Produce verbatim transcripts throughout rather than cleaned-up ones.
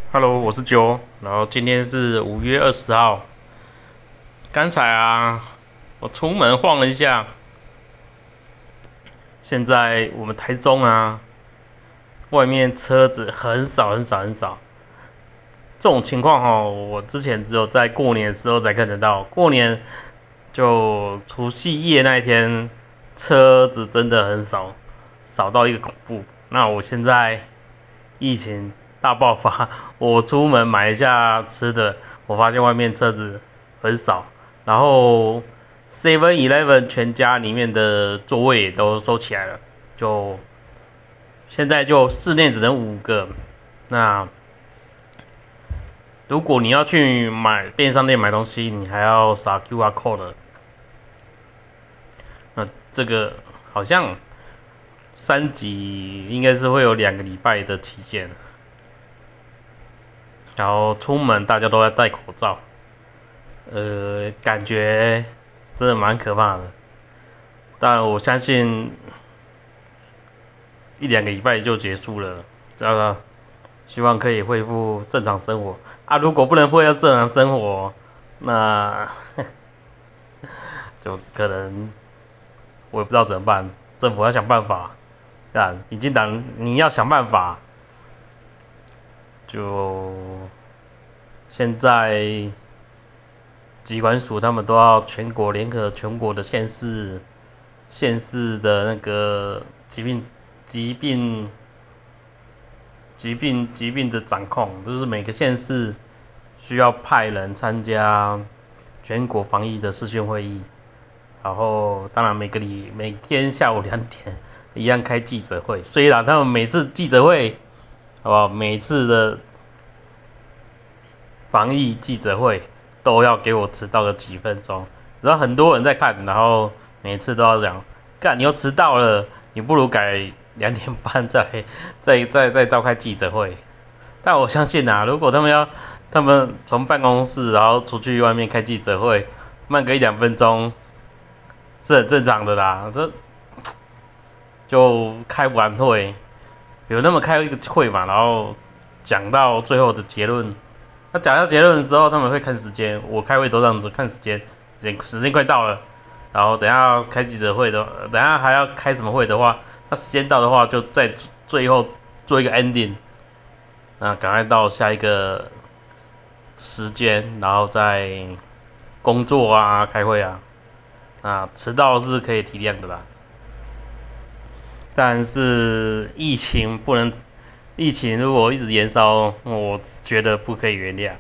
Hello，我是九，然后今天是五月二十号。刚才啊，我出门晃了一下，现在我们台中啊，外面车子很少很少很少。这种情况哦，我之前只有在过年的时候才看得到。过年就除夕夜那一天，车子真的很少，少到一个恐怖。那我现在疫情大爆发，我出门买一下吃的，我发现外面车子很少，然后 Seven Eleven 全家里面的座位也都收起来了，就现在就室内只能五个。那如果你要去买便利商店买东西，你还要扫 Q R code。那这个好像三级应该是会有两个礼拜的期限，然后出门大家都在戴口罩，呃，感觉真的蛮可怕的。但我相信一两个礼拜就结束了，知道吗？希望可以恢复正常生活啊！如果不能恢复正常生活，那就可能我也不知道怎么办，政府要想办法。干，已经党你要想办法，就现在疾管署他们都要全国联合全国的县市县市的那个疾病疾病疾病疾病的掌控，就是每个县市需要派人参加全国防疫的视讯会议，然后当然每个礼每天下午两点一样开记者会。虽然他们每次记者会，好不好？每次的防疫记者会都要给我迟到个几分钟，然后很多人在看，然后每次都要讲，干你又迟到了，你不如改两点半再再再再召开记者会。但我相信啊，如果他们要他们从办公室然后出去外面开记者会，慢个一两分钟是很正常的啦。这就开完会，有那么开一个会嘛，然后讲到最后的结论。那讲到结论的时候，他们会看时间，我开会都这样子看时间，时间快到了，然后等下开记者会的，等下还要开什么会的话，那时间到的话，就在最后做一个 ending，那赶快到下一个时间，然后再工作啊、开会啊，啊，迟到是可以体谅的啦，但是疫情不能，疫情如果一直延烧，我觉得不可以原谅。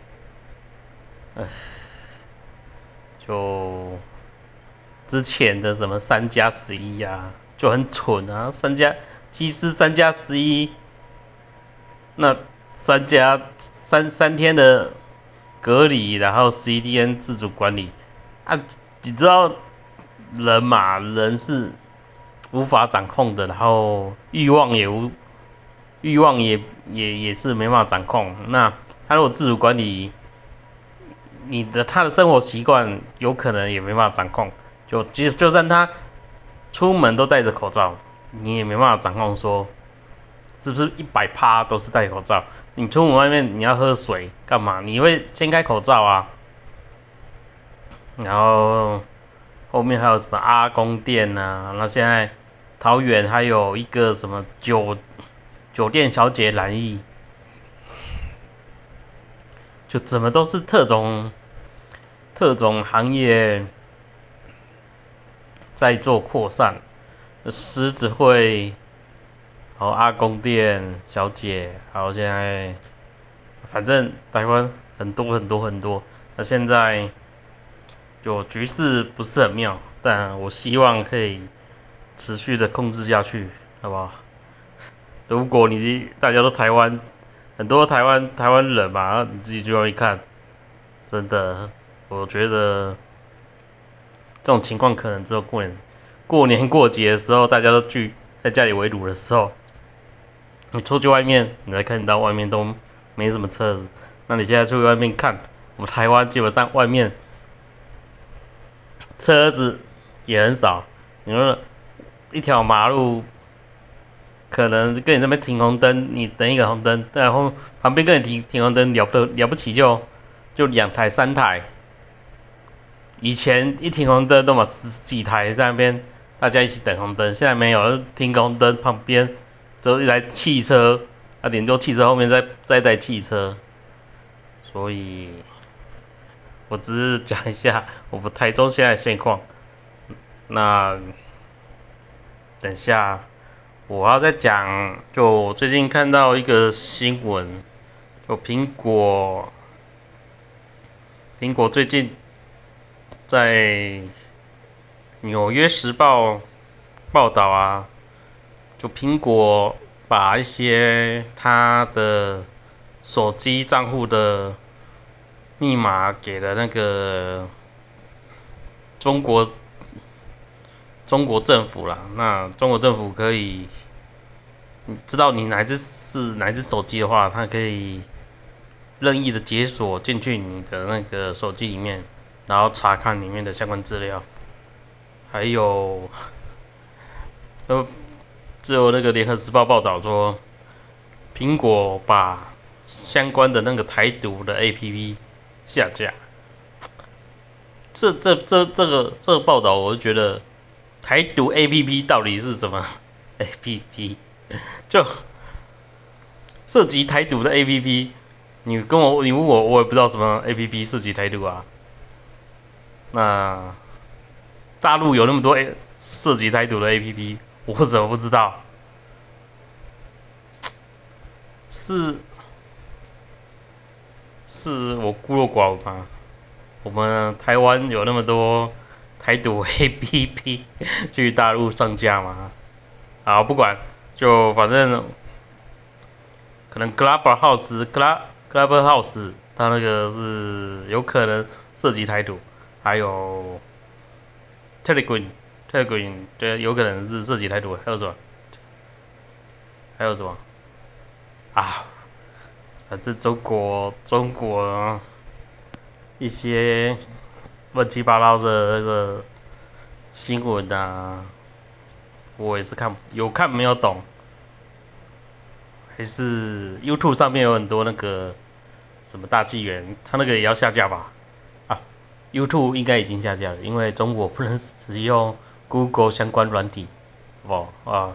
就之前的什么三加十一啊，就很蠢啊，三加其实三加十一，那三加三三天的隔离，然后十一天自主管理啊，你知道人嘛，人是无法掌控的，然后欲望也无欲望也也也是没办法掌控。那他如果自主管理，你的他的生活习惯有可能也没办法掌控。就即就算他出门都戴着口罩，你也没办法掌控说是不是一百趴都是戴口罩。你出门外面你要喝水干嘛？你会先开口罩啊，然后后面还有什么阿公店啊，那现在桃园还有一个什么酒酒店小姐染疫，就怎么都是特种特种行业在做扩散，狮子会，然后阿公店小姐，还有现在反正台湾很多很多很多，那现在就局势不是很妙，但我希望可以持续的控制下去，好不好？如果你大家都台湾，很多台湾台湾人嘛，你自己就要一看，真的，我觉得这种情况可能只有过年、过年过节的时候，大家都聚在家里围炉的时候，你出去外面，你才看到外面都没什么车子。那你现在出去外面看，我们台湾基本上外面车子也很少。你说一条马路可能跟你这边停红灯，你等一个红灯，然后旁边跟你停停红灯，了不了不起就就两台三台。以前一停红灯都嘛十几台在那边，大家一起等红灯，现在没有，停红灯旁边走一台汽车，啊，点就汽车后面再再一台汽车，所以我只是讲一下我们台中现在的现况。那等一下我要再讲，就我最近看到一个新闻，就苹果，苹果最近在《纽约时报》报道啊，就苹果把一些它的手机账户的密码给了那个中国中国政府啦。那中国政府可以知道你哪只是哪只手机的话，它可以任意的解锁进去你的那个手机里面，然后查看里面的相关资料。还有，呃，只有那个联合时报报道说，苹果把相关的那个台独的 A P P 下架。这这这这个这个报道，我就觉得台独 A P P 到底是什么 A P P？就涉及台独的 A P P，你跟我你问我，我也不知道什么 A P P 涉及台独啊。那大陆有那么多 A 涉及台独的 A P P，我怎么不知道？是是我孤陋寡闻吗？我们台湾有那么多台独 A P P 去大陆上架吗？好，不管，就反正可能 Clubhouse、Club Clubhouse 它那个是有可能涉及台独，还有 Telegram Telegram 对，有可能是涉及台独，还有什么？还有什么啊？反正中国中国一些乱七八糟的那个新闻啊，我也是看有看没有懂，还是 YouTube 上面有很多那个什么大纪元，他那个也要下架吧？啊，YouTube 应该已经下架了，因为中国不能使用 Google 相关软体。哦啊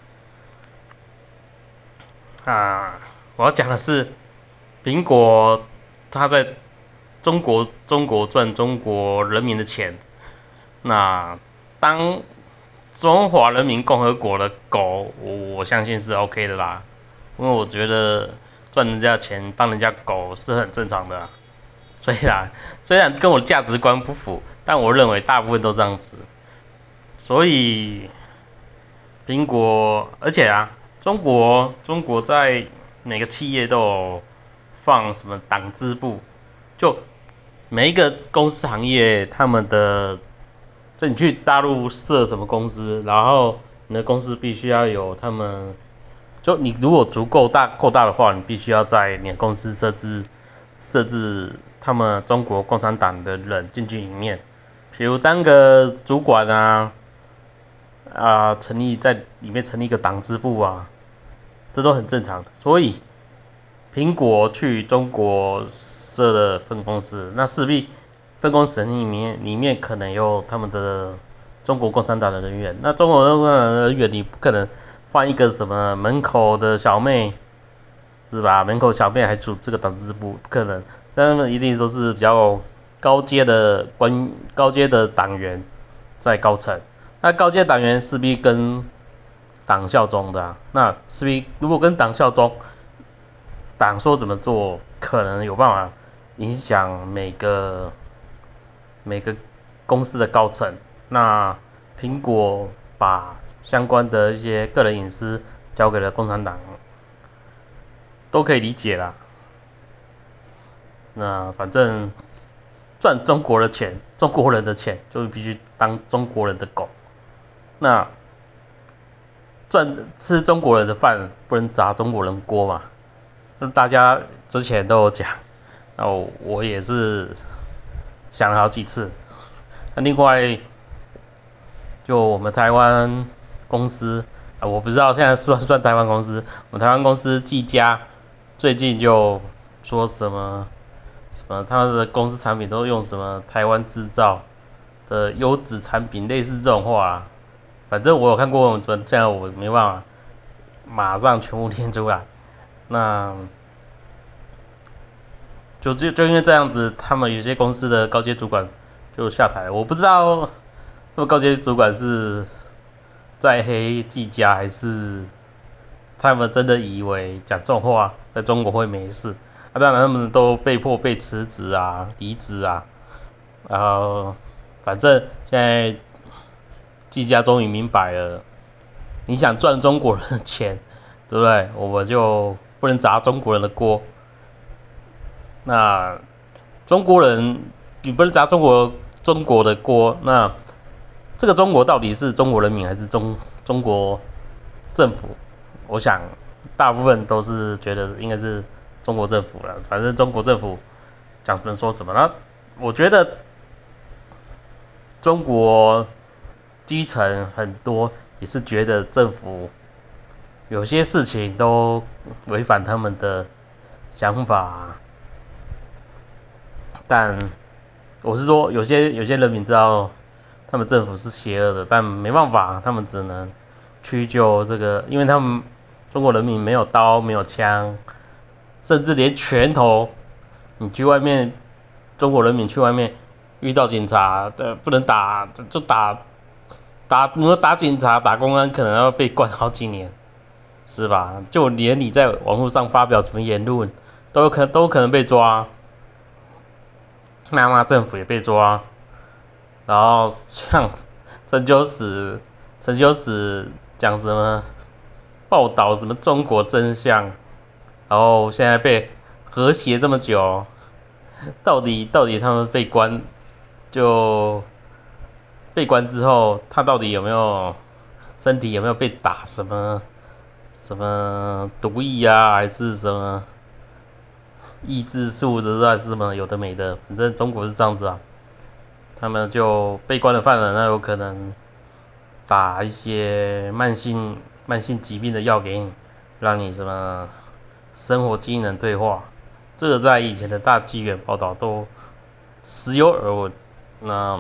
啊！我要讲的是，苹果它在中国中国赚中国人民的钱，那当中华人民共和国的狗，我我相信是 OK 的啦，因为我觉得赚人家的钱当人家狗是很正常的啦。虽然虽然跟我价值观不符，但我认为大部分都这样子。所以苹果，而且啊，中国中国在每个企业都有放什么党支部，就每一个公司行业他们的，就你去大陆设什么公司，然后你的公司必须要有他们，就你如果足够大够大的话，你必须要在你的公司设置设置他们中国共产党的人进去里面，比如当个主管啊，啊，成立在里面成立一个党支部啊，这都很正常的。所以苹果去中国设了分公司，那势必分公司里面里面可能有他们的中国共产党的人员。那中国共产党的人员，你不可能放一个什么门口的小妹是吧？门口小妹还组织个党支部，不可能。他们一定都是比较高阶的官高阶的党员在高层。那高阶党员势必跟党效忠的、啊，那势必如果跟党效忠，党说怎么做，可能有办法影响每个每个公司的高层。那苹果把相关的一些个人隐私交给了共产党，都可以理解啦。那反正赚中国的钱，中国人的钱，就必须当中国人的狗。那赚吃中国人的饭，不能砸中国人锅嘛？那大家之前都有讲，那我我也是想了好几次。那另外，就我们台湾公司啊，我不知道现在算不算台湾公司。我们台湾公司技嘉最近就说什么什么，他们的公司产品都用什么台湾制造的优质产品，类似这种话啊。反正我有看过，这样我没办法马上全部念出来。那就就就因为这样子，他们有些公司的高阶主管就下台了。我不知道他们高阶主管是在黑技嘉，还是他们真的以为讲这种话在中国会没事。啊，当然他们都被迫被辞职啊、离职啊，然后反正现在技嘉终于明白了，你想赚中国人的钱，对不对？我们就不能砸中国人的锅。那中国人，你不能砸中国中国的锅，那这个中国到底是中国人民还是中中国政府？我想大部分都是觉得应该是中国政府了。反正中国政府讲能说什么？那我觉得中国基层很多也是觉得政府有些事情都违反他们的想法，但我是说，有些有些人民知道他们政府是邪恶的，但没办法，他们只能屈就这个，因为他们中国人民没有刀，没有枪，甚至连拳头，你去外面，中国人民去外面遇到警察，呃，不能打，就打打，如果打警察、打公安，可能要被关好几年，是吧？就连你在网络上发表什么言论，都有可能都有可能被抓，那骂政府也被抓，然后像陈九死，陈九死讲什么报道什么中国真相，然后现在被和谐这么久，到底到底他们被关就被关之后，他到底有没有身体有没有被打什么什么毒液啊，还是什么抑制术，还是什么有的没的，反正中国是这样子啊。他们就被关的犯人，那有可能打一些慢性慢性疾病的药给你，让你什么生活机能退化。这个在以前的大纪元报道都时有耳闻。那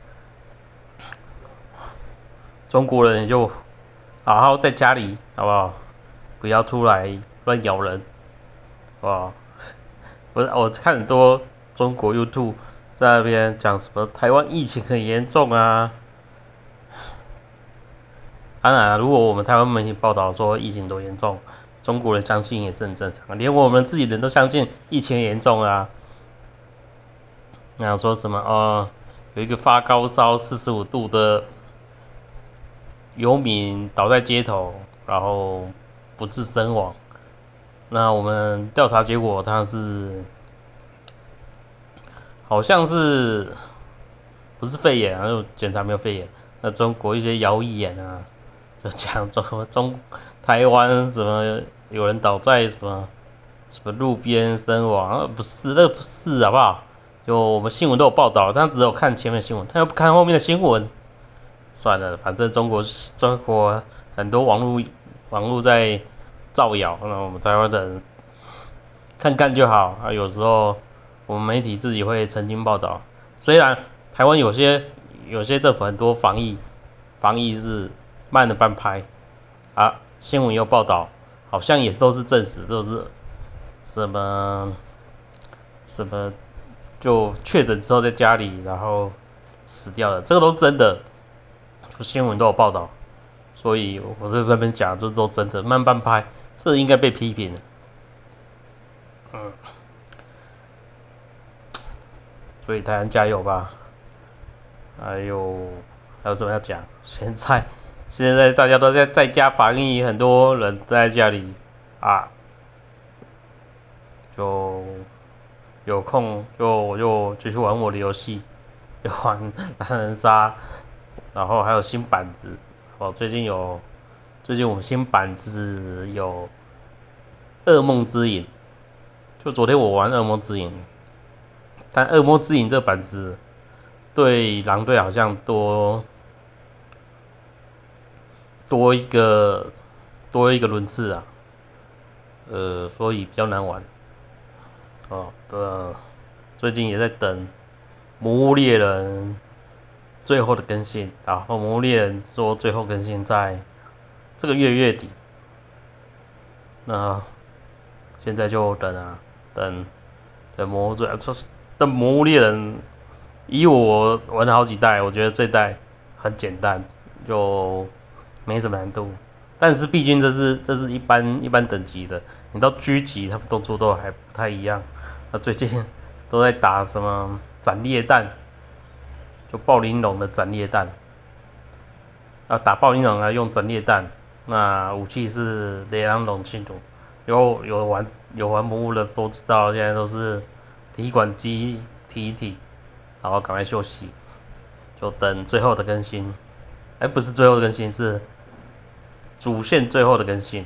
中国人就好好在家里，好不好？不要出来乱咬人，好不好？不是，我看很多中国 YouTube 在那边讲什么台湾疫情很严重啊。当然啊，如果我们台湾媒体报道说疫情多严重，中国人相信也是很正常，连我们自己人都相信疫情严重啊。那说什么哦，有一个发高烧四十五度的游民倒在街头，然后不治身亡。那我们调查结果，他是好像是不是肺炎啊？就检查没有肺炎。那中国一些谣言啊，就讲中中台湾什么有人倒在什么什么路边身亡，不是，那不是好不好？就我们新闻都有报道，但只有看前面新闻，他又不看后面的新闻。算了，反正中国中国很多网络网络在造谣，那我们台湾人看看就好啊。有时候我们媒体自己会澄清报道，虽然台湾有些有些政府很多防疫防疫是慢了半拍啊，新闻有报道，好像也都是证实，都是什么什么就确诊之后在家里，然后死掉了，这个都是真的，新闻都有报道，所以我在这边讲，这都真的，慢半拍，这应该被批评了。嗯，所以台湾加油吧！还有还有什么要讲？现在现在大家都在在家防疫，很多人在家里啊，就有空就我就继续玩我的游戏，就玩狼人杀，然后还有新板子。哦，最近有最近我们新板子有噩梦之影，就昨天我玩噩梦之影，但噩梦之影这板子对狼队好像多多一个多一个轮次啊，呃，所以比较难玩哦。对，最近也在等《魔物猎人》最后的更新，然后《魔物猎人》说最后更新在这个月月底，那现在就等啊等等魔物最，等魔物猎人，以我玩了好几代，我觉得这代很简单，就没什么难度。但是毕竟这是这是一般一般等级的，你到 G 级，他们动作都还不太一样。那最近都在打什么斩猎弹，就暴鳞龙的斩猎弹，啊，打暴鳞龙啊用斩猎弹，那武器是雷狼龙庆图。有有玩有玩魔物的都知道，现在都是提款机提一提，然后赶快休息，就等最后的更新。哎，不是最后的更新，是主线最后的更新。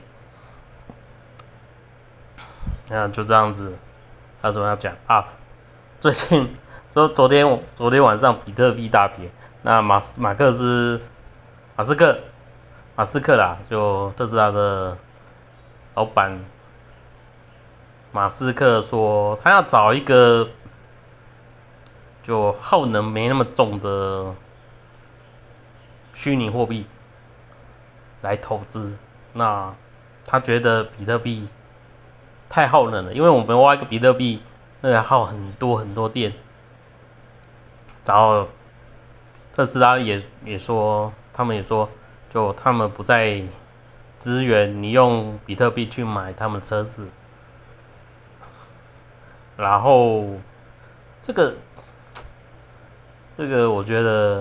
那就这样子，还有什么要讲啊？最近就昨天昨天晚上比特币大跌，那马斯马克斯马斯克马斯克啦，就特斯拉的老板马斯克说，他要找一个就耗能没那么重的虚拟货币来投资。那他觉得比特币太耗能了，因为我们挖一个比特币，那个耗很多很多电。然后特斯拉也也说，他们也说，就他们不再支援你用比特币去买他们的车子。然后这个这个我觉得，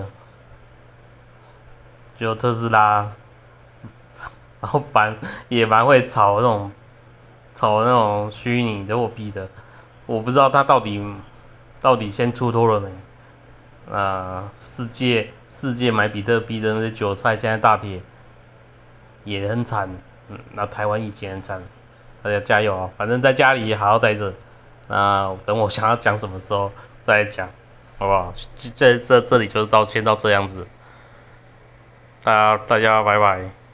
就特斯拉老板也蛮会炒那种炒那种虚拟的货币的，我不知道他到底到底先出脱了没。那、呃世界世界买比特币的那些韭菜现在大跌也很惨，嗯，那台湾以前很惨，大家加油啊！反正在家里好好待着，那等我想要讲什么时候再讲，好不好？这这这里就到先到这样子，大家大家拜拜。